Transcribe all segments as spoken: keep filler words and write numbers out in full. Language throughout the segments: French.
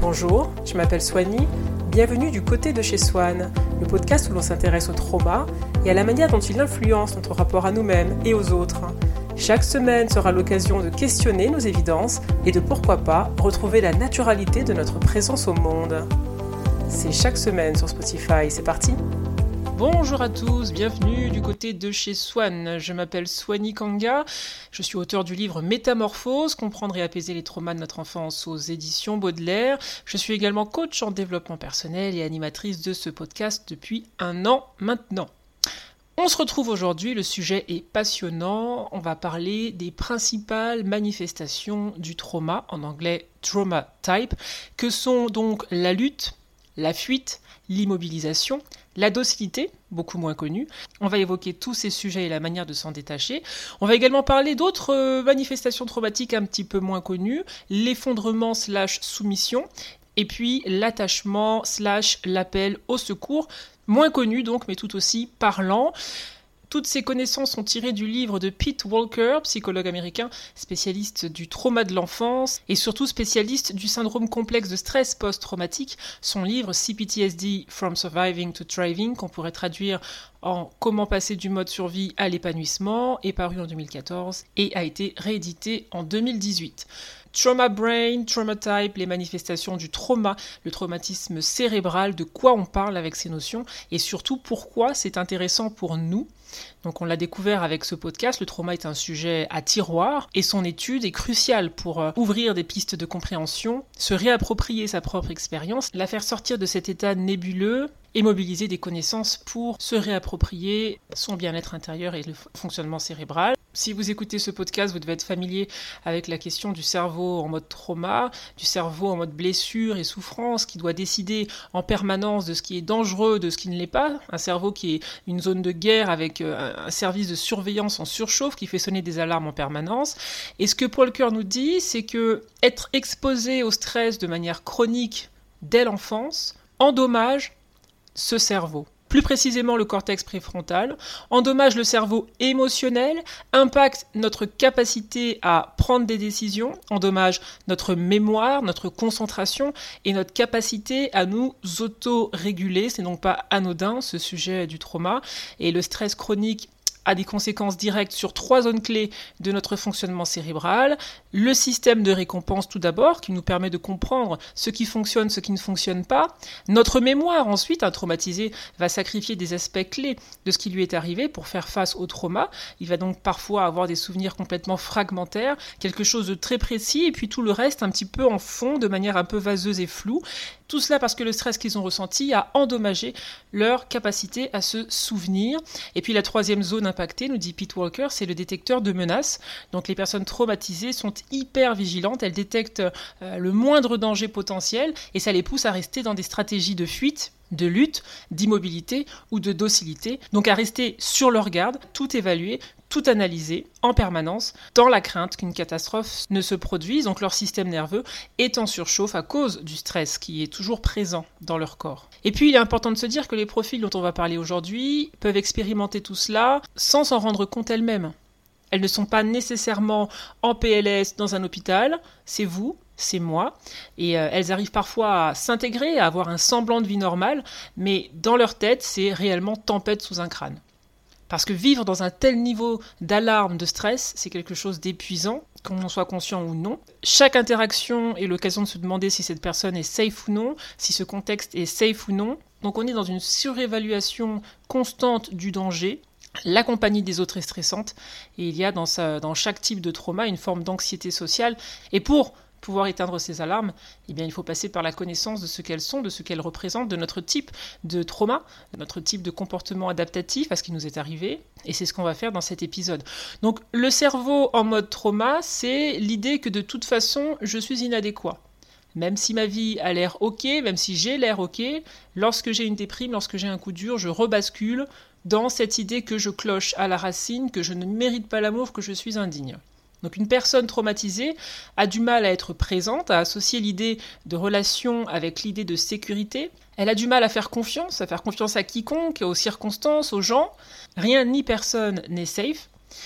Bonjour, je m'appelle Swanny, bienvenue du côté de chez Swan, le podcast où l'on s'intéresse au trauma et à la manière dont il influence notre rapport à nous-mêmes et aux autres. Chaque semaine sera l'occasion de questionner nos évidences et de pourquoi pas retrouver la naturalité de notre présence au monde. C'est chaque semaine sur Spotify, c'est parti! Bonjour à tous, bienvenue du côté de chez Swan. Je m'appelle Swanny Kanga, je suis auteur du livre Métamorphose, comprendre et apaiser les traumas de notre enfance aux éditions Baudelaire. Je suis également coach en développement personnel et animatrice de ce podcast depuis un an maintenant. On se retrouve aujourd'hui, le sujet est passionnant, on va parler des principales manifestations du trauma, en anglais trauma type, que sont donc la lutte, la fuite, l'immobilisation, la docilité, beaucoup moins connue. On va évoquer tous ces sujets et la manière de s'en détacher. On va également parler d'autres manifestations traumatiques un petit peu moins connues, l'effondrement slash soumission, et puis l'attachement slash l'appel au secours, moins connu donc, mais tout aussi parlant. Toutes ces connaissances sont tirées du livre de Pete Walker, psychologue américain, spécialiste du trauma de l'enfance et surtout spécialiste du syndrome complexe de stress post-traumatique. Son livre C P T S D From Surviving to Thriving, qu'on pourrait traduire en Comment passer du mode survie à l'épanouissement, est paru en deux mille quatorze et a été réédité en deux mille dix-huit. Trauma brain, trauma type, les manifestations du trauma, le traumatisme cérébral, de quoi on parle avec ces notions et surtout pourquoi c'est intéressant pour nous. Donc on l'a découvert avec ce podcast, le trauma est un sujet à tiroir et son étude est cruciale pour euh, ouvrir des pistes de compréhension, se réapproprier sa propre expérience, la faire sortir de cet état nébuleux et mobiliser des connaissances pour se réapproprier son bien-être intérieur et le fonctionnement cérébral. Si vous écoutez ce podcast, vous devez être familier avec la question du cerveau en mode trauma, du cerveau en mode blessure et souffrance, qui doit décider en permanence de ce qui est dangereux, de ce qui ne l'est pas. Un cerveau qui est une zone de guerre avec un service de surveillance en surchauffe qui fait sonner des alarmes en permanence. Et ce que Paul Walker nous dit, c'est que être exposé au stress de manière chronique dès l'enfance endommage ce cerveau. Plus précisément le cortex préfrontal, endommage le cerveau émotionnel, impacte notre capacité à prendre des décisions, endommage notre mémoire, notre concentration et notre capacité à nous auto-réguler. C'est donc pas anodin ce sujet du trauma. Et le stress chronique a des conséquences directes sur trois zones clés de notre fonctionnement cérébral. Le système de récompense tout d'abord, qui nous permet de comprendre ce qui fonctionne, ce qui ne fonctionne pas. Notre mémoire ensuite, un traumatisé va sacrifier des aspects clés de ce qui lui est arrivé pour faire face au trauma. Il va donc parfois avoir des souvenirs complètement fragmentaires, quelque chose de très précis, et puis tout le reste un petit peu en fond, de manière un peu vaseuse et floue. Tout cela parce que le stress qu'ils ont ressenti a endommagé leur capacité à se souvenir. Et puis la troisième zone impactée, nous dit Pete Walker, c'est le détecteur de menaces. Donc les personnes traumatisées sont hyper vigilantes, elles détectent euh, le moindre danger potentiel et ça les pousse à rester dans des stratégies de fuite, de lutte, d'immobilité ou de docilité. Donc à rester sur leur garde, tout évaluer, tout analyser en permanence dans la crainte qu'une catastrophe ne se produise. Donc leur système nerveux est en surchauffe à cause du stress qui est toujours présent dans leur corps. Et puis il est important de se dire que les profils dont on va parler aujourd'hui peuvent expérimenter tout cela sans s'en rendre compte elles-mêmes. Elles ne sont pas nécessairement en P L S dans un hôpital, c'est vous, c'est moi, et euh, elles arrivent parfois à s'intégrer, à avoir un semblant de vie normale, mais dans leur tête, c'est réellement tempête sous un crâne. Parce que vivre dans un tel niveau d'alarme, de stress, c'est quelque chose d'épuisant, qu'on en soit conscient ou non. Chaque interaction est l'occasion de se demander si cette personne est safe ou non, si ce contexte est safe ou non. Donc on est dans une surévaluation constante du danger. La compagnie des autres est stressante, et il y a dans, sa, dans chaque type de trauma une forme d'anxiété sociale. Et pour pouvoir éteindre ces alarmes, eh bien, il faut passer par la connaissance de ce qu'elles sont, de ce qu'elles représentent, de notre type de trauma, de notre type de comportement adaptatif à ce qui nous est arrivé, et c'est ce qu'on va faire dans cet épisode. Donc le cerveau en mode trauma, c'est l'idée que de toute façon, je suis inadéquat. Même si ma vie a l'air ok, même si j'ai l'air ok, lorsque j'ai une déprime, lorsque j'ai un coup dur, je rebascule dans cette idée que je cloche à la racine, que je ne mérite pas l'amour, que je suis indigne. Donc une personne traumatisée a du mal à être présente, à associer l'idée de relation avec l'idée de sécurité. Elle a du mal à faire confiance, à faire confiance à quiconque, aux circonstances, aux gens. Rien ni personne n'est safe.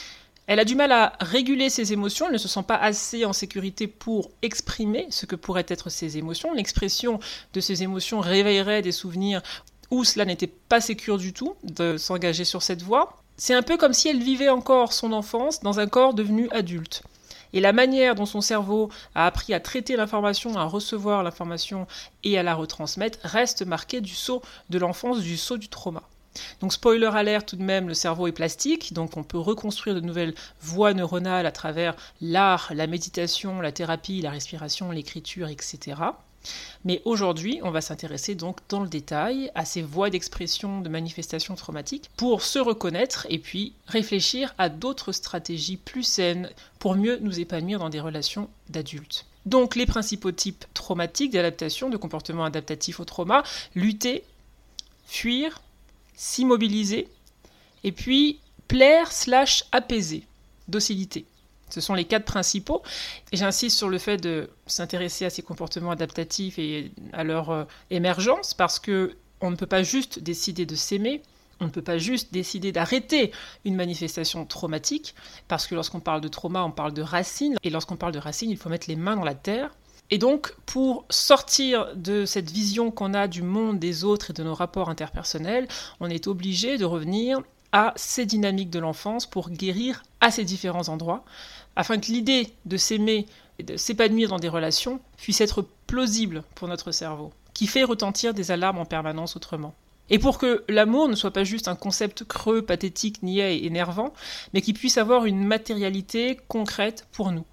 Elle a du mal à réguler ses émotions, elle ne se sent pas assez en sécurité pour exprimer ce que pourraient être ses émotions. L'expression de ses émotions réveillerait des souvenirs où cela n'était pas sécure du tout de s'engager sur cette voie. C'est un peu comme si elle vivait encore son enfance dans un corps devenu adulte. Et la manière dont son cerveau a appris à traiter l'information, à recevoir l'information et à la retransmettre reste marquée du sceau de l'enfance, du sceau du trauma. Donc spoiler alert tout de même, le cerveau est plastique, donc on peut reconstruire de nouvelles voies neuronales à travers l'art, la méditation, la thérapie, la respiration, l'écriture, et cetera. Mais aujourd'hui, on va s'intéresser donc dans le détail à ces voies d'expression de manifestations traumatiques pour se reconnaître et puis réfléchir à d'autres stratégies plus saines pour mieux nous épanouir dans des relations d'adultes. Donc les principaux types traumatiques d'adaptation, de comportements adaptatifs au trauma, lutter, fuir, s'immobiliser, et puis plaire slash apaiser, docilité. Ce sont les quatre principaux, et j'insiste sur le fait de s'intéresser à ces comportements adaptatifs et à leur euh, émergence, parce que on ne peut pas juste décider de s'aimer, on ne peut pas juste décider d'arrêter une manifestation traumatique, parce que lorsqu'on parle de trauma, on parle de racines, et lorsqu'on parle de racines, il faut mettre les mains dans la terre. Et donc, pour sortir de cette vision qu'on a du monde, des autres et de nos rapports interpersonnels, on est obligé de revenir à ces dynamiques de l'enfance pour guérir à ces différents endroits, afin que l'idée de s'aimer et de s'épanouir dans des relations puisse être plausible pour notre cerveau, qui fait retentir des alarmes en permanence autrement. Et pour que l'amour ne soit pas juste un concept creux, pathétique, niais et énervant, mais qui puisse avoir une matérialité concrète pour nous.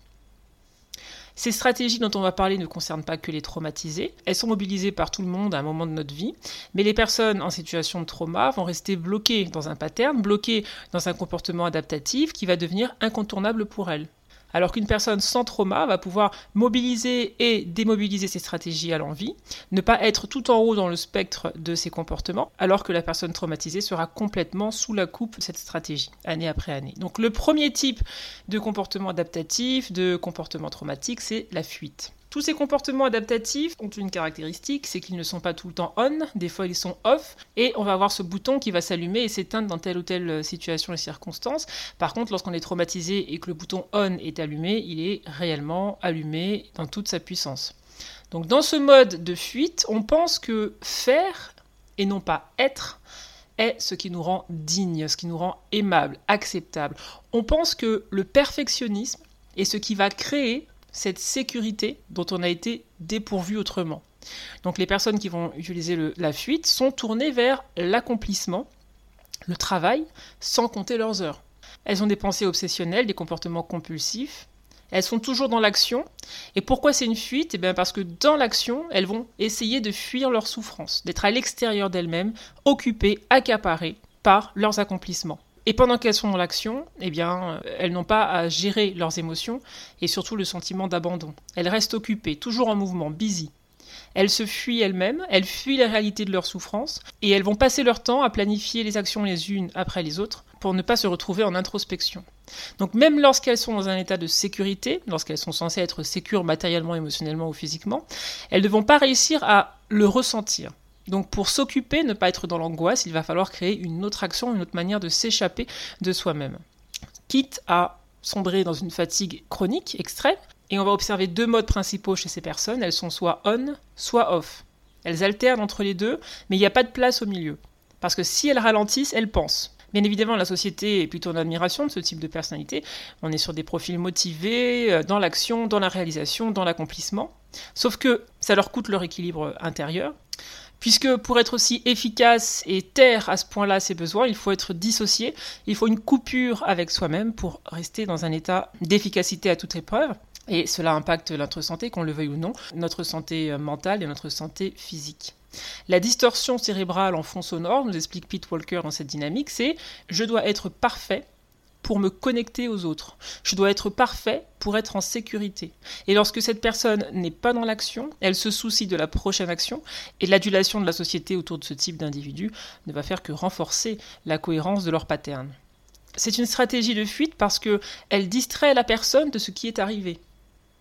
Ces stratégies dont on va parler ne concernent pas que les traumatisés. Elles sont mobilisées par tout le monde à un moment de notre vie. Mais les personnes en situation de trauma vont rester bloquées dans un pattern, bloquées dans un comportement adaptatif qui va devenir incontournable pour elles. Alors qu'une personne sans trauma va pouvoir mobiliser et démobiliser ses stratégies à l'envi, ne pas être tout en haut dans le spectre de ses comportements, alors que la personne traumatisée sera complètement sous la coupe de cette stratégie, année après année. Donc le premier type de comportement adaptatif, de comportement traumatique, c'est la fuite. Tous ces comportements adaptatifs ont une caractéristique, c'est qu'ils ne sont pas tout le temps on, des fois ils sont off, et on va avoir ce bouton qui va s'allumer et s'éteindre dans telle ou telle situation et circonstance. Par contre, lorsqu'on est traumatisé et que le bouton on est allumé, il est réellement allumé dans toute sa puissance. Donc dans ce mode de fuite, on pense que faire, et non pas être, est ce qui nous rend digne, ce qui nous rend aimable, acceptable. On pense que le perfectionnisme est ce qui va créer cette sécurité dont on a été dépourvu autrement. Donc les personnes qui vont utiliser le, la fuite sont tournées vers l'accomplissement, le travail, sans compter leurs heures. Elles ont des pensées obsessionnelles, des comportements compulsifs, elles sont toujours dans l'action. Et pourquoi c'est une fuite ? Eh bien parce que dans l'action, elles vont essayer de fuir leur souffrance, d'être à l'extérieur d'elles-mêmes, occupées, accaparées par leurs accomplissements. Et pendant qu'elles sont dans l'action, eh bien, elles n'ont pas à gérer leurs émotions et surtout le sentiment d'abandon. Elles restent occupées, toujours en mouvement, busy. Elles se fuient elles-mêmes, elles fuient la réalité de leur souffrance et elles vont passer leur temps à planifier les actions les unes après les autres pour ne pas se retrouver en introspection. Donc même lorsqu'elles sont dans un état de sécurité, lorsqu'elles sont censées être sécures matériellement, émotionnellement ou physiquement, elles ne vont pas réussir à le ressentir. Donc pour s'occuper, ne pas être dans l'angoisse, il va falloir créer une autre action, une autre manière de s'échapper de soi-même. Quitte à sombrer dans une fatigue chronique extrême, et on va observer deux modes principaux chez ces personnes, elles sont soit on, soit off. Elles alternent entre les deux, mais il n'y a pas de place au milieu. Parce que si elles ralentissent, elles pensent. Bien évidemment, la société est plutôt en admiration de ce type de personnalité. On est sur des profils motivés, dans l'action, dans la réalisation, dans l'accomplissement. Sauf que ça leur coûte leur équilibre intérieur. Puisque pour être aussi efficace et taire à ce point-là ses besoins, il faut être dissocié, il faut une coupure avec soi-même pour rester dans un état d'efficacité à toute épreuve. Et cela impacte notre santé, qu'on le veuille ou non, notre santé mentale et notre santé physique. La distorsion cérébrale en fond sonore, nous explique Pete Walker dans cette dynamique, c'est « je dois être parfait ». Pour me connecter aux autres. Je dois être parfait pour être en sécurité. Et lorsque cette personne n'est pas dans l'action, elle se soucie de la prochaine action, et l'adulation de la société autour de ce type d'individu ne va faire que renforcer la cohérence de leur pattern. C'est une stratégie de fuite parce qu'elle distrait la personne de ce qui est arrivé.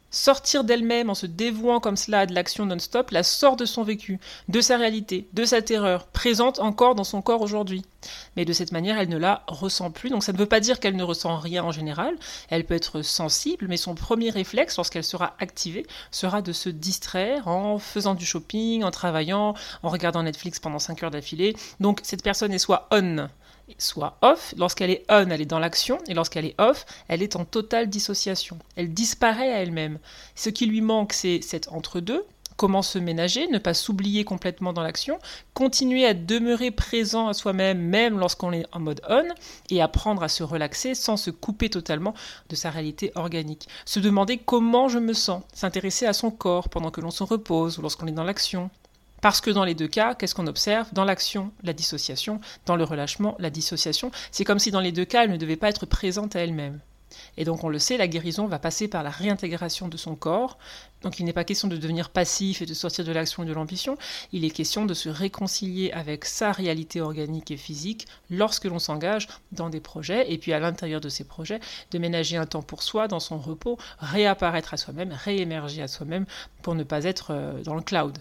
Sortir d'elle-même en se dévouant comme cela à de l'action non-stop la sort de son vécu, de sa réalité, de sa terreur, présente encore dans son corps aujourd'hui. Mais de cette manière, elle ne la ressent plus. Donc ça ne veut pas dire qu'elle ne ressent rien en général. Elle peut être sensible, mais son premier réflexe, lorsqu'elle sera activée, sera de se distraire en faisant du shopping, en travaillant, en regardant Netflix pendant cinq heures d'affilée. Donc cette personne est soit on, soit off. Lorsqu'elle est on, elle est dans l'action, et lorsqu'elle est off, elle est en totale dissociation. Elle disparaît à elle-même. Ce qui lui manque, c'est cet entre-deux. Comment se ménager, ne pas s'oublier complètement dans l'action, continuer à demeurer présent à soi-même, même lorsqu'on est en mode on, et apprendre à se relaxer sans se couper totalement de sa réalité organique. Se demander comment je me sens, s'intéresser à son corps pendant que l'on se repose ou lorsqu'on est dans l'action. Parce que dans les deux cas, qu'est-ce qu'on observe ? Dans l'action, la dissociation. Dans le relâchement, la dissociation. C'est comme si dans les deux cas, elle ne devait pas être présente à elle-même. Et donc on le sait, la guérison va passer par la réintégration de son corps. Donc il n'est pas question de devenir passif et de sortir de l'action et de l'ambition. Il est question de se réconcilier avec sa réalité organique et physique lorsque l'on s'engage dans des projets. Et puis à l'intérieur de ces projets, de ménager un temps pour soi, dans son repos, réapparaître à soi-même, réémerger à soi-même pour ne pas être dans le cloud.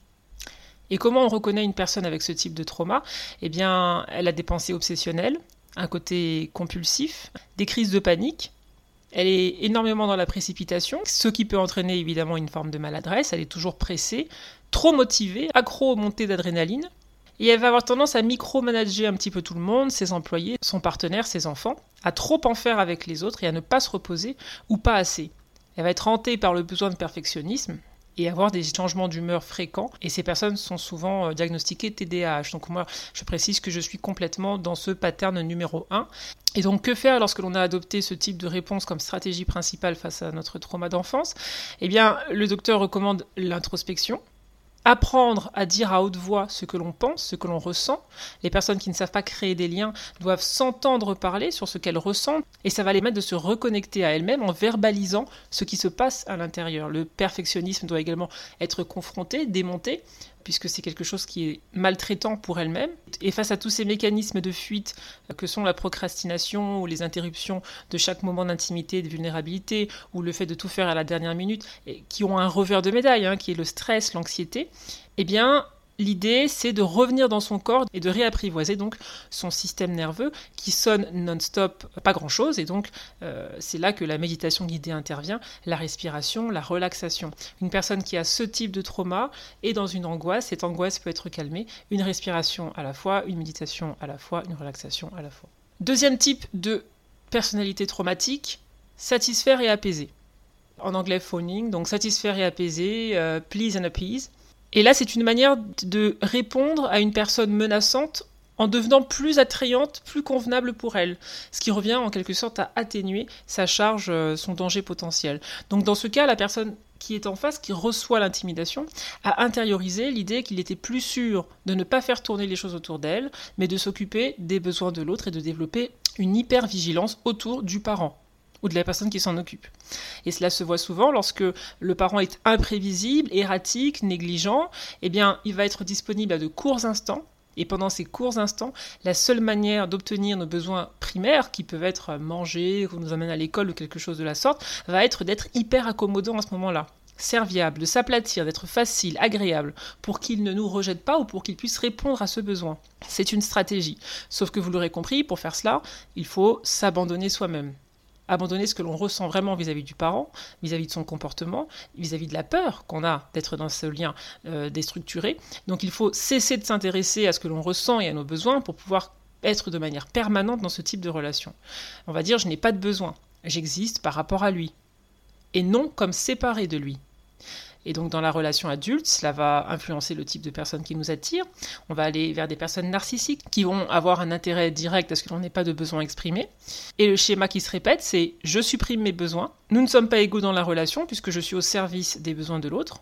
Et comment on reconnaît une personne avec ce type de trauma ? Eh bien, elle a des pensées obsessionnelles, un côté compulsif, des crises de panique. Elle est énormément dans la précipitation, ce qui peut entraîner évidemment une forme de maladresse. Elle est toujours pressée, trop motivée, accro aux montées d'adrénaline. Et elle va avoir tendance à micromanager un petit peu tout le monde, ses employés, son partenaire, ses enfants, à trop en faire avec les autres et à ne pas se reposer ou pas assez. Elle va être hantée par le besoin de perfectionnisme et avoir des changements d'humeur fréquents. Et ces personnes sont souvent diagnostiquées T D A H. Donc moi, je précise que je suis complètement dans ce pattern numéro un. Et donc, que faire lorsque l'on a adopté ce type de réponse comme stratégie principale face à notre trauma d'enfance ? Eh bien, le docteur recommande l'introspection. Apprendre à dire à haute voix ce que l'on pense, ce que l'on ressent. Les personnes qui ne savent pas créer des liens doivent s'entendre parler sur ce qu'elles ressentent et ça va les mettre de se reconnecter à elles-mêmes en verbalisant ce qui se passe à l'intérieur. Le perfectionnisme doit également être confronté, démonté, puisque c'est quelque chose qui est maltraitant pour elles-mêmes. Et face à tous ces mécanismes de fuite que sont la procrastination ou les interruptions de chaque moment d'intimité, de vulnérabilité, ou le fait de tout faire à la dernière minute, et qui ont un revers de médaille, hein, qui est le stress, l'anxiété, eh bien, l'idée, c'est de revenir dans son corps et de réapprivoiser donc son système nerveux qui sonne non-stop, pas grand-chose. Et donc, euh, c'est là que la méditation guidée intervient, la respiration, la relaxation. Une personne qui a ce type de trauma est dans une angoisse. Cette angoisse peut être calmée. Une respiration à la fois, une méditation à la fois, une relaxation à la fois. Deuxième type de personnalité traumatique, satisfaire et apaiser. En anglais, phoning, donc satisfaire et apaiser, euh, please and appease. Et là, c'est une manière de répondre à une personne menaçante en devenant plus attrayante, plus convenable pour elle, ce qui revient en quelque sorte à atténuer sa charge, son danger potentiel. Donc dans ce cas, la personne qui est en face, qui reçoit l'intimidation, a intériorisé l'idée qu'il était plus sûr de ne pas faire tourner les choses autour d'elle, mais de s'occuper des besoins de l'autre et de développer une hyper-vigilance autour du parent ou de la personne qui s'en occupe. Et cela se voit souvent lorsque le parent est imprévisible, erratique, négligent, eh bien, il va être disponible à de courts instants, et pendant ces courts instants, la seule manière d'obtenir nos besoins primaires, qui peuvent être manger, qu'on nous amène à l'école ou quelque chose de la sorte, va être d'être hyper accommodant à ce moment-là. Serviable, de s'aplatir, d'être facile, agréable, pour qu'il ne nous rejette pas ou pour qu'il puisse répondre à ce besoin. C'est une stratégie. Sauf que vous l'aurez compris, pour faire cela, il faut s'abandonner soi-même. Abandonner ce que l'on ressent vraiment vis-à-vis du parent, vis-à-vis de son comportement, vis-à-vis de la peur qu'on a d'être dans ce lien euh, déstructuré. Donc il faut cesser de s'intéresser à ce que l'on ressent et à nos besoins pour pouvoir être de manière permanente dans ce type de relation. On va dire, je n'ai pas de besoin, j'existe par rapport à lui, et non comme séparé de lui. Et donc dans la relation adulte, cela va influencer le type de personnes qui nous attirent. On va aller vers des personnes narcissiques qui vont avoir un intérêt direct à ce que l'on n'ait pas de besoin exprimé. Et le schéma qui se répète, c'est « je supprime mes besoins ». Nous ne sommes pas égaux dans la relation puisque je suis au service des besoins de l'autre.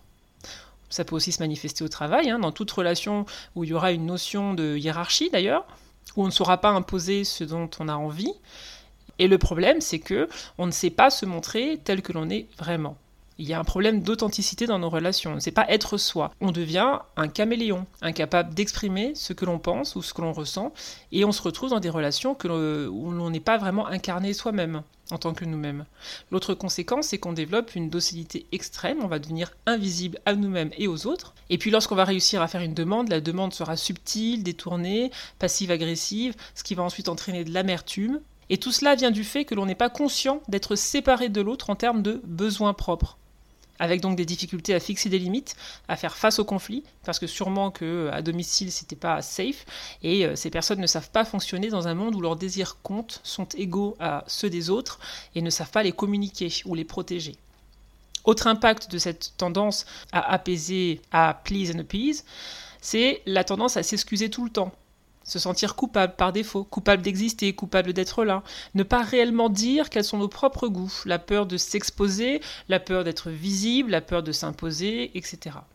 Ça peut aussi se manifester au travail, hein, dans toute relation où il y aura une notion de hiérarchie d'ailleurs, où on ne saura pas imposer ce dont on a envie. Et le problème, c'est que on ne sait pas se montrer tel que l'on est vraiment. Il y a un problème d'authenticité dans nos relations. On ne sait pas être soi. On devient un caméléon, incapable d'exprimer ce que l'on pense ou ce que l'on ressent, et on se retrouve dans des relations que l'on, où l'on n'est pas vraiment incarné soi-même en tant que nous-mêmes. L'autre conséquence, c'est qu'on développe une docilité extrême, on va devenir invisible à nous-mêmes et aux autres, et puis lorsqu'on va réussir à faire une demande, la demande sera subtile, détournée, passive-agressive, ce qui va ensuite entraîner de l'amertume, et tout cela vient du fait que l'on n'est pas conscient d'être séparé de l'autre en termes de besoins propres. Avec donc des difficultés à fixer des limites, à faire face au conflit, parce que sûrement qu'à domicile, c'était pas safe, et euh, ces personnes ne savent pas fonctionner dans un monde où leurs désirs comptent, sont égaux à ceux des autres, et ne savent pas les communiquer ou les protéger. Autre impact de cette tendance à apaiser, à please and appease, c'est la tendance à s'excuser tout le temps. Se sentir coupable par défaut, coupable d'exister, coupable d'être là, ne pas réellement dire quels sont nos propres goûts, la peur de s'exposer, la peur d'être visible, la peur de s'imposer, et cetera.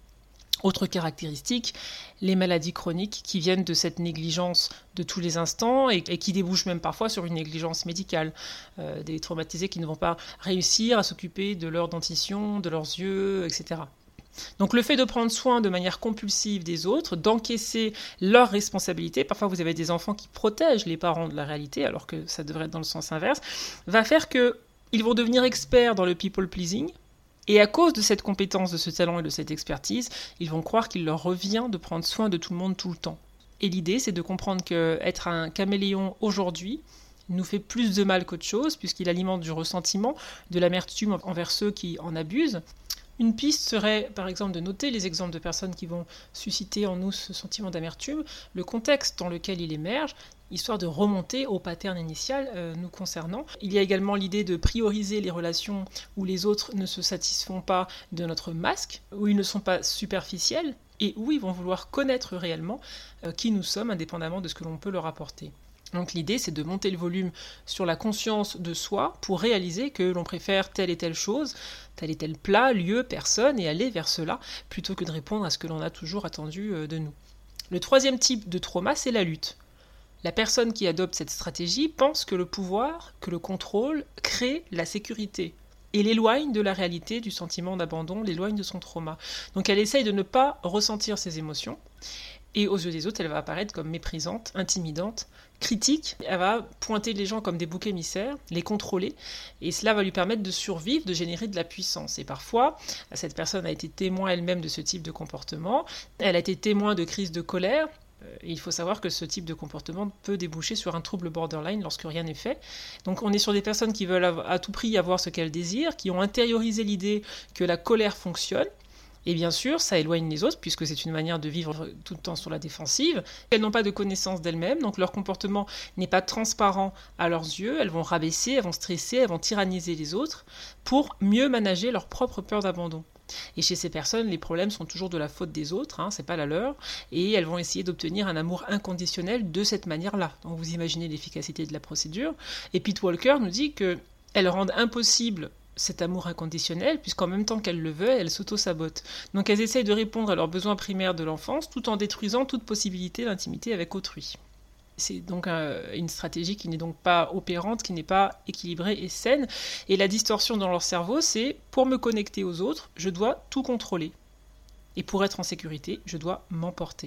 Autre caractéristique, les maladies chroniques qui viennent de cette négligence de tous les instants et, et qui débouchent même parfois sur une négligence médicale. Euh, des traumatisés qui ne vont pas réussir à s'occuper de leur dentition, de leurs yeux, et cetera. Donc le fait de prendre soin de manière compulsive des autres, d'encaisser leurs responsabilités, parfois vous avez des enfants qui protègent les parents de la réalité alors que ça devrait être dans le sens inverse, va faire qu'ils vont devenir experts dans le people pleasing et à cause de cette compétence, de ce talent et de cette expertise, ils vont croire qu'il leur revient de prendre soin de tout le monde tout le temps. Et l'idée c'est de comprendre qu'être un caméléon aujourd'hui nous fait plus de mal qu'autre chose puisqu'il alimente du ressentiment, de l'amertume envers ceux qui en abusent. Une piste serait, par exemple, de noter les exemples de personnes qui vont susciter en nous ce sentiment d'amertume, le contexte dans lequel il émerge, histoire de remonter au pattern initial euh, nous concernant. Il y a également l'idée de prioriser les relations où les autres ne se satisfont pas de notre masque, où ils ne sont pas superficiels, et où ils vont vouloir connaître réellement euh, qui nous sommes, indépendamment de ce que l'on peut leur apporter. Donc l'idée, c'est de monter le volume sur la conscience de soi pour réaliser que l'on préfère telle et telle chose, tel et tel plat, lieu, personne, et aller vers cela, plutôt que de répondre à ce que l'on a toujours attendu de nous. Le troisième type de trauma, c'est la lutte. La personne qui adopte cette stratégie pense que le pouvoir, que le contrôle crée la sécurité et l'éloigne de la réalité, du sentiment d'abandon, l'éloigne de son trauma. Donc elle essaye de ne pas ressentir ses émotions, et aux yeux des autres, elle va apparaître comme méprisante, intimidante, critique. Elle va pointer les gens comme des boucs émissaires, les contrôler, et cela va lui permettre de survivre, de générer de la puissance. Et parfois, cette personne a été témoin elle-même de ce type de comportement, elle a été témoin de crises de colère, et il faut savoir que ce type de comportement peut déboucher sur un trouble borderline lorsque rien n'est fait. Donc on est sur des personnes qui veulent à tout prix avoir ce qu'elles désirent, qui ont intériorisé l'idée que la colère fonctionne. Et bien sûr, ça éloigne les autres, puisque c'est une manière de vivre tout le temps sur la défensive. Elles n'ont pas de connaissance d'elles-mêmes, donc leur comportement n'est pas transparent à leurs yeux. Elles vont rabaisser, elles vont stresser, elles vont tyranniser les autres pour mieux manager leur propre peur d'abandon. Et chez ces personnes, les problèmes sont toujours de la faute des autres, hein, c'est pas la leur, et elles vont essayer d'obtenir un amour inconditionnel de cette manière-là. Donc vous imaginez l'efficacité de la procédure. Et Pete Walker nous dit qu'elles rendent impossible cet amour inconditionnel, puisqu'en même temps qu'elles le veulent, elles s'auto-sabotent. Donc elles essayent de répondre à leurs besoins primaires de l'enfance, tout en détruisant toute possibilité d'intimité avec autrui. C'est donc un, une stratégie qui n'est donc pas opérante, qui n'est pas équilibrée et saine. Et la distorsion dans leur cerveau, c'est pour me connecter aux autres, je dois tout contrôler. Et pour être en sécurité, je dois m'emporter.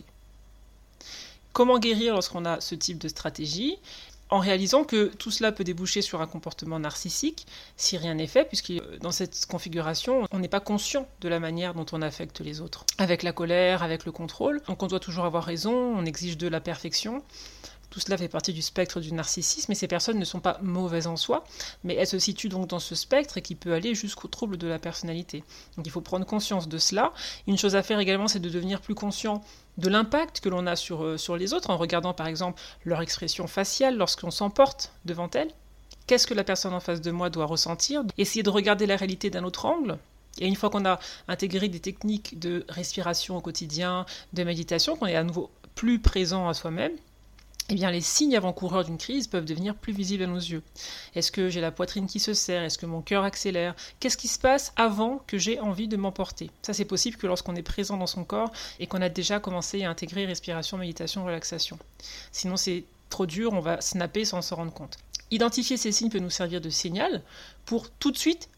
Comment guérir lorsqu'on a ce type de stratégie ? En réalisant que tout cela peut déboucher sur un comportement narcissique si rien n'est fait, puisque dans cette configuration, on n'est pas conscient de la manière dont on affecte les autres. Avec la colère, avec le contrôle, donc on doit toujours avoir raison, on exige de la perfection. Tout cela fait partie du spectre du narcissisme, et ces personnes ne sont pas mauvaises en soi, mais elles se situent donc dans ce spectre et qui peut aller jusqu'au trouble de la personnalité. Donc il faut prendre conscience de cela. Une chose à faire également, c'est de devenir plus conscient de l'impact que l'on a sur, euh, sur les autres, en regardant par exemple leur expression faciale lorsqu'on s'emporte devant elles. Qu'est-ce que la personne en face de moi doit ressentir ? Essayer de regarder la réalité d'un autre angle. Et une fois qu'on a intégré des techniques de respiration au quotidien, de méditation, qu'on est à nouveau plus présent à soi-même, eh bien, les signes avant-coureurs d'une crise peuvent devenir plus visibles à nos yeux. Est-ce que j'ai la poitrine qui se serre ? Est-ce que mon cœur accélère ? Qu'est-ce qui se passe avant que j'ai envie de m'emporter ? Ça, c'est possible que lorsqu'on est présent dans son corps et qu'on a déjà commencé à intégrer respiration, méditation, relaxation. Sinon, c'est trop dur, on va snapper sans s'en rendre compte. Identifier ces signes peut nous servir de signal pour tout de suite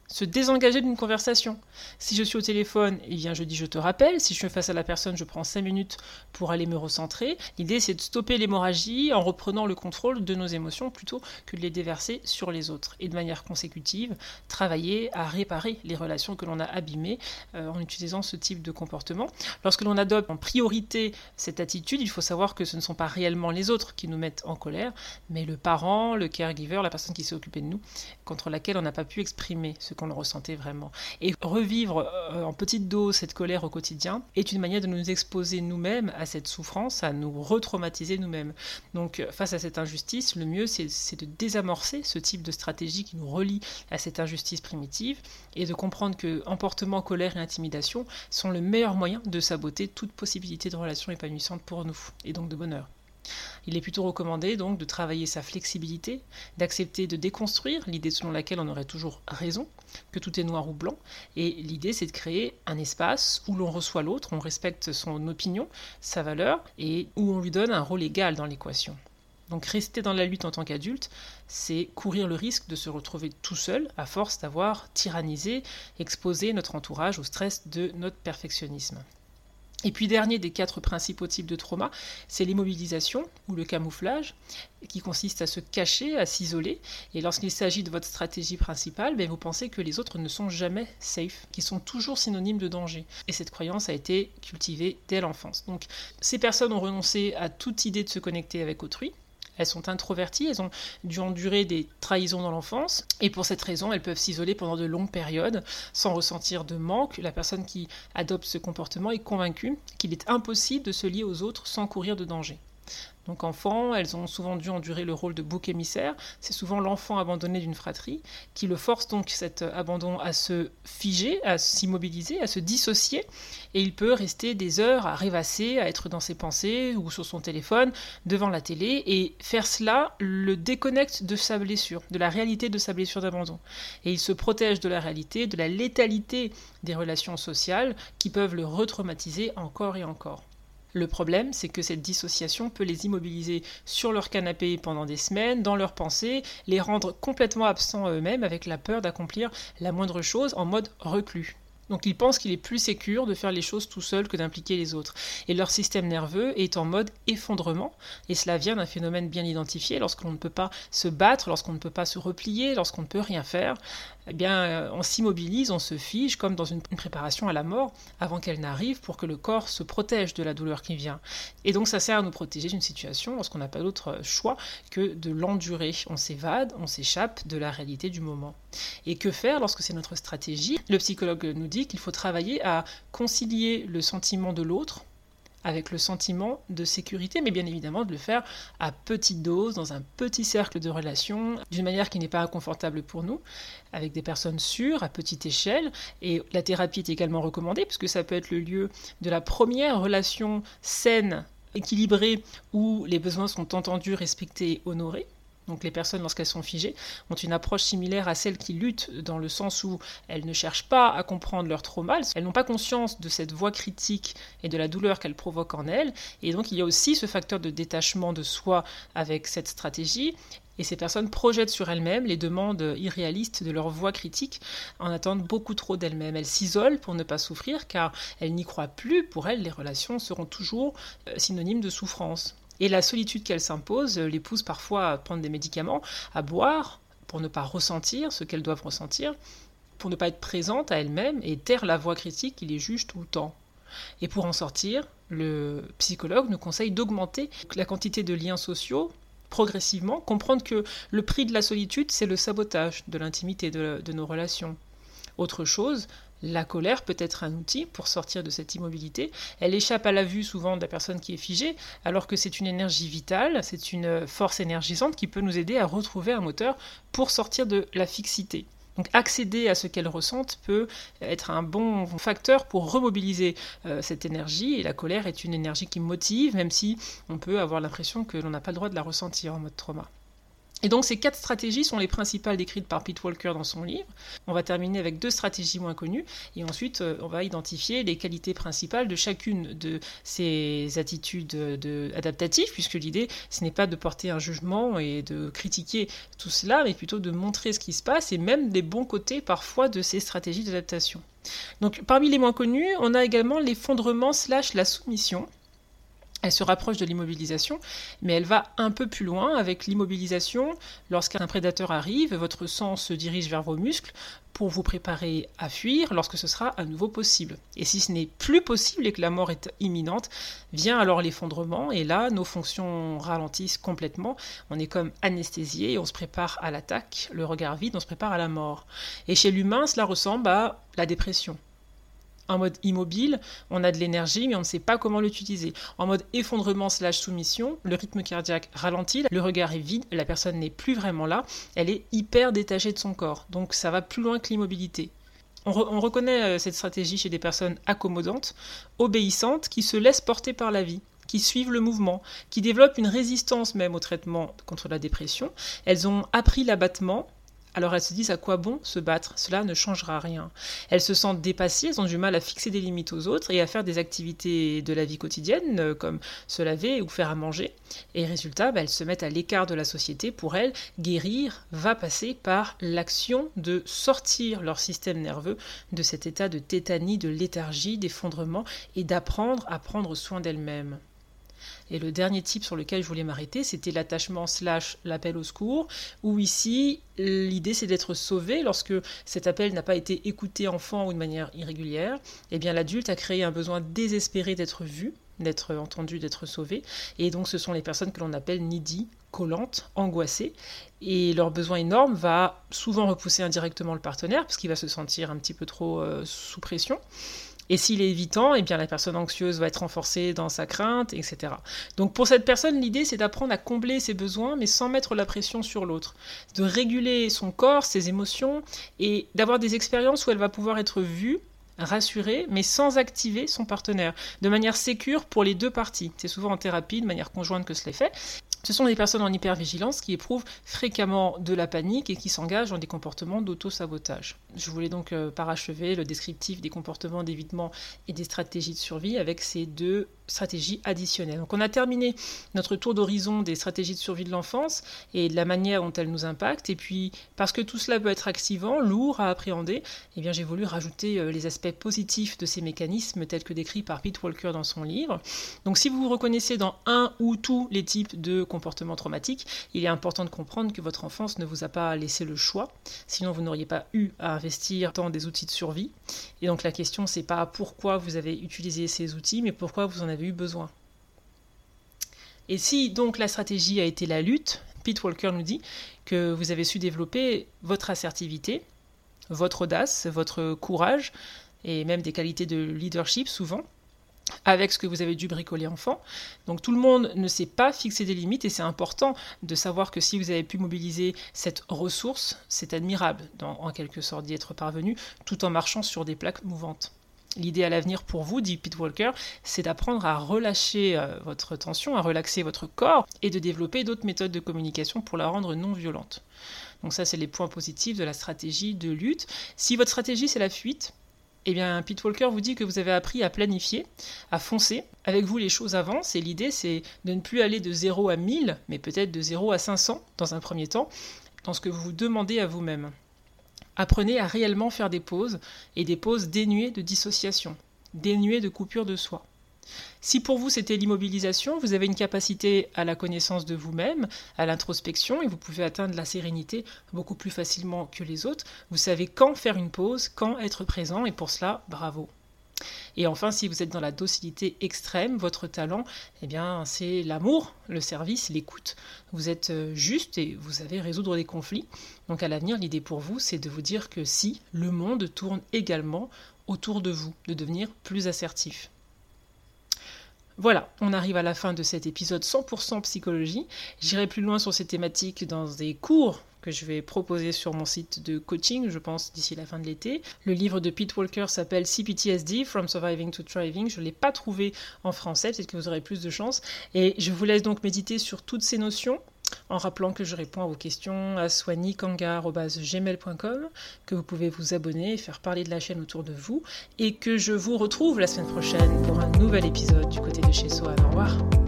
Se désengager d'une conversation. Si je suis au téléphone, eh bien je dis je te rappelle. Si je suis face à la personne, je prends cinq minutes pour aller me recentrer. L'idée, c'est de stopper l'hémorragie en reprenant le contrôle de nos émotions plutôt que de les déverser sur les autres. Et de manière consécutive, travailler à réparer les relations que l'on a abîmées euh, en utilisant ce type de comportement. Lorsque l'on adopte en priorité cette attitude, il faut savoir que ce ne sont pas réellement les autres qui nous mettent en colère, mais le parent, le caregiver, la personne qui s'est occupée de nous, contre laquelle on n'a pas pu exprimer ce qu'on le ressentait vraiment. Et revivre euh, en petite dose cette colère au quotidien est une manière de nous exposer nous-mêmes à cette souffrance, à nous retraumatiser nous-mêmes. Donc face à cette injustice, le mieux c'est, c'est de désamorcer ce type de stratégie qui nous relie à cette injustice primitive et de comprendre que emportement, colère et intimidation sont le meilleur moyen de saboter toute possibilité de relation épanouissante pour nous et donc de bonheur. Il est plutôt recommandé donc de travailler sa flexibilité, d'accepter de déconstruire l'idée selon laquelle on aurait toujours raison, que tout est noir ou blanc, et l'idée c'est de créer un espace où l'on reçoit l'autre, on respecte son opinion, sa valeur, et où on lui donne un rôle égal dans l'équation. Donc rester dans la lutte en tant qu'adulte, c'est courir le risque de se retrouver tout seul à force d'avoir tyrannisé, exposé notre entourage au stress de notre perfectionnisme. Et puis dernier des quatre principaux types de trauma, c'est l'immobilisation ou le camouflage, qui consiste à se cacher, à s'isoler. Et lorsqu'il s'agit de votre stratégie principale, ben vous pensez que les autres ne sont jamais safe, qu'ils sont toujours synonymes de danger. Et cette croyance a été cultivée dès l'enfance. Donc ces personnes ont renoncé à toute idée de se connecter avec autrui. Elles sont introverties, elles ont dû endurer des trahisons dans l'enfance, et pour cette raison, elles peuvent s'isoler pendant de longues périodes, sans ressentir de manque. La personne qui adopte ce comportement est convaincue qu'il est impossible de se lier aux autres sans courir de danger. Donc enfants, elles ont souvent dû endurer le rôle de bouc émissaire. C'est souvent l'enfant abandonné d'une fratrie qui le force donc cet abandon à se figer, à s'immobiliser, à se dissocier. Et il peut rester des heures à rêvasser, à être dans ses pensées ou sur son téléphone, devant la télé. Et faire cela le déconnecte de sa blessure, de la réalité de sa blessure d'abandon. Et il se protège de la réalité, de la létalité des relations sociales qui peuvent le retraumatiser encore et encore. Le problème, c'est que cette dissociation peut les immobiliser sur leur canapé pendant des semaines, dans leurs pensées, les rendre complètement absents à eux-mêmes avec la peur d'accomplir la moindre chose en mode reclus. Donc ils pensent qu'il est plus sécure de faire les choses tout seul que d'impliquer les autres. Et leur système nerveux est en mode effondrement, et cela vient d'un phénomène bien identifié. Lorsqu'on ne peut pas se battre, lorsqu'on ne peut pas se replier, lorsqu'on ne peut rien faire, eh bien on s'immobilise, on se fige comme dans une préparation à la mort avant qu'elle n'arrive pour que le corps se protège de la douleur qui vient. Et donc ça sert à nous protéger d'une situation lorsqu'on n'a pas d'autre choix que de l'endurer. On s'évade, on s'échappe de la réalité du moment. Et que faire lorsque c'est notre stratégie ? Le psychologue nous dit qu'il faut travailler à concilier le sentiment de l'autre avec le sentiment de sécurité, mais bien évidemment de le faire à petite dose, dans un petit cercle de relations, d'une manière qui n'est pas inconfortable pour nous, avec des personnes sûres, à petite échelle. Et la thérapie est également recommandée, puisque ça peut être le lieu de la première relation saine, équilibrée, où les besoins sont entendus, respectés et honorés. Donc les personnes, lorsqu'elles sont figées, ont une approche similaire à celles qui luttent, dans le sens où elles ne cherchent pas à comprendre leur trauma, elles n'ont pas conscience de cette voix critique et de la douleur qu'elle provoque en elles, et donc il y a aussi ce facteur de détachement de soi avec cette stratégie, et ces personnes projettent sur elles-mêmes les demandes irréalistes de leur voix critique en attendant beaucoup trop d'elles-mêmes. Elles s'isolent pour ne pas souffrir, car elles n'y croient plus. Pour elles, les relations seront toujours synonymes de souffrance. Et la solitude qu'elle s'impose les pousse parfois à prendre des médicaments, à boire, pour ne pas ressentir ce qu'elles doivent ressentir, pour ne pas être présentes à elles-mêmes et taire la voix critique qui les juge tout le temps. Et pour en sortir, le psychologue nous conseille d'augmenter la quantité de liens sociaux progressivement, comprendre que le prix de la solitude, c'est le sabotage de l'intimité de, de nos relations. Autre chose, la colère peut être un outil pour sortir de cette immobilité. Elle échappe à la vue souvent de la personne qui est figée, alors que c'est une énergie vitale, c'est une force énergisante qui peut nous aider à retrouver un moteur pour sortir de la fixité. Donc accéder à ce qu'elle ressente peut être un bon facteur pour remobiliser euh, cette énergie, et la colère est une énergie qui motive, même si on peut avoir l'impression que l'on n'a pas le droit de la ressentir en mode trauma. Et donc ces quatre stratégies sont les principales décrites par Pete Walker dans son livre. On va terminer avec deux stratégies moins connues et ensuite on va identifier les qualités principales de chacune de ces attitudes de, adaptatives, puisque l'idée ce n'est pas de porter un jugement et de critiquer tout cela, mais plutôt de montrer ce qui se passe et même des bons côtés parfois de ces stratégies d'adaptation. Donc parmi les moins connues, on a également l'effondrement slash la soumission. Elle se rapproche de l'immobilisation, mais elle va un peu plus loin avec l'immobilisation. Lorsqu'un prédateur arrive, votre sang se dirige vers vos muscles pour vous préparer à fuir lorsque ce sera à nouveau possible. Et si ce n'est plus possible et que la mort est imminente, vient alors l'effondrement et là, nos fonctions ralentissent complètement. On est comme anesthésié et on se prépare à l'attaque, le regard vide, on se prépare à la mort. Et chez l'humain, cela ressemble à la dépression. En mode immobile, on a de l'énergie, mais on ne sait pas comment l'utiliser. En mode effondrement slash soumission, le rythme cardiaque ralentit, le regard est vide, la personne n'est plus vraiment là, elle est hyper détachée de son corps. Donc ça va plus loin que l'immobilité. On, re- on reconnaît cette stratégie chez des personnes accommodantes, obéissantes, qui se laissent porter par la vie, qui suivent le mouvement, qui développent une résistance même au traitement contre la dépression. Elles ont appris l'abattement. Alors elles se disent à quoi bon se battre, cela ne changera rien. Elles se sentent dépassées, elles ont du mal à fixer des limites aux autres et à faire des activités de la vie quotidienne comme se laver ou faire à manger. Et résultat, bah, elles se mettent à l'écart de la société. Pour elles, guérir va passer par l'action de sortir leur système nerveux de cet état de tétanie, de léthargie, d'effondrement et d'apprendre à prendre soin d'elles-mêmes. Et le dernier type sur lequel je voulais m'arrêter, c'était l'attachement slash l'appel au secours, où ici, l'idée c'est d'être sauvé lorsque cet appel n'a pas été écouté enfant ou de manière irrégulière. Eh bien l'adulte a créé un besoin désespéré d'être vu, d'être entendu, d'être sauvé. Et donc ce sont les personnes que l'on appelle needy, collantes, angoissées. Et leur besoin énorme va souvent repousser indirectement le partenaire, parce qu'il va se sentir un petit peu trop euh, sous pression. Et s'il est évitant, eh bien la personne anxieuse va être renforcée dans sa crainte, et cetera. Donc pour cette personne, l'idée c'est d'apprendre à combler ses besoins, mais sans mettre la pression sur l'autre. De réguler son corps, ses émotions, et d'avoir des expériences où elle va pouvoir être vue, rassurée, mais sans activer son partenaire, de manière sécure pour les deux parties. C'est souvent en thérapie, de manière conjointe que cela est fait. Ce sont des personnes en hypervigilance qui éprouvent fréquemment de la panique et qui s'engagent dans des comportements d'auto-sabotage. Je voulais donc euh, parachever le descriptif des comportements d'évitement et des stratégies de survie avec ces deux stratégies additionnelles. Donc on a terminé notre tour d'horizon des stratégies de survie de l'enfance et de la manière dont elles nous impactent. Et puis, parce que tout cela peut être activant, lourd à appréhender, eh bien j'ai voulu rajouter euh, les aspects positifs de ces mécanismes tels que décrits par Pete Walker dans son livre. Donc si vous vous reconnaissez dans un ou tous les types de comportements traumatiques, il est important de comprendre que votre enfance ne vous a pas laissé le choix, sinon vous n'auriez pas eu à investir dans des outils de survie. Et donc la question, c'est pas pourquoi vous avez utilisé ces outils, mais pourquoi vous en avez eu besoin. Et si donc la stratégie a été la lutte, Pete Walker nous dit que vous avez su développer votre assertivité, votre audace, votre courage, et même des qualités de leadership souvent, avec ce que vous avez dû bricoler enfant. Donc tout le monde ne sait pas fixer des limites et c'est important de savoir que si vous avez pu mobiliser cette ressource, c'est admirable dans, en quelque sorte d'y être parvenu tout en marchant sur des plaques mouvantes. L'idée à l'avenir pour vous, dit Pete Walker, c'est d'apprendre à relâcher euh, votre tension, à relaxer votre corps et de développer d'autres méthodes de communication pour la rendre non violente. Donc ça, c'est les points positifs de la stratégie de lutte. Si votre stratégie, c'est la fuite, eh bien, Pete Walker vous dit que vous avez appris à planifier, à foncer. Avec vous, les choses avancent et l'idée, c'est de ne plus aller de zéro à mille, mais peut-être de zéro à cinq cents dans un premier temps, dans ce que vous vous demandez à vous-même. Apprenez à réellement faire des pauses, et des pauses dénuées de dissociation, dénuées de coupure de soi. Si pour vous c'était l'immobilisation, vous avez une capacité à la connaissance de vous-même, à l'introspection, et vous pouvez atteindre la sérénité beaucoup plus facilement que les autres. Vous savez quand faire une pause, quand être présent, et pour cela, bravo. Et enfin, si vous êtes dans la docilité extrême, votre talent, eh bien, c'est l'amour, le service, l'écoute. Vous êtes juste et vous savez résoudre des conflits. Donc à l'avenir, l'idée pour vous, c'est de vous dire que si, le monde tourne également autour de vous, de devenir plus assertif. Voilà, on arrive à la fin de cet épisode cent pour cent psychologie. J'irai plus loin sur ces thématiques dans des cours que je vais proposer sur mon site de coaching, je pense, d'ici la fin de l'été. Le livre de Pete Walker s'appelle C P T S D, From Surviving to Thriving. Je ne l'ai pas trouvé en français, peut-être que vous aurez plus de chance. Et je vous laisse donc méditer sur toutes ces notions. En rappelant que je réponds à vos questions à swanikanga arobase gmail point com, que vous pouvez vous abonner et faire parler de la chaîne autour de vous, et que je vous retrouve la semaine prochaine pour un nouvel épisode du côté de chez Swan. Au revoir.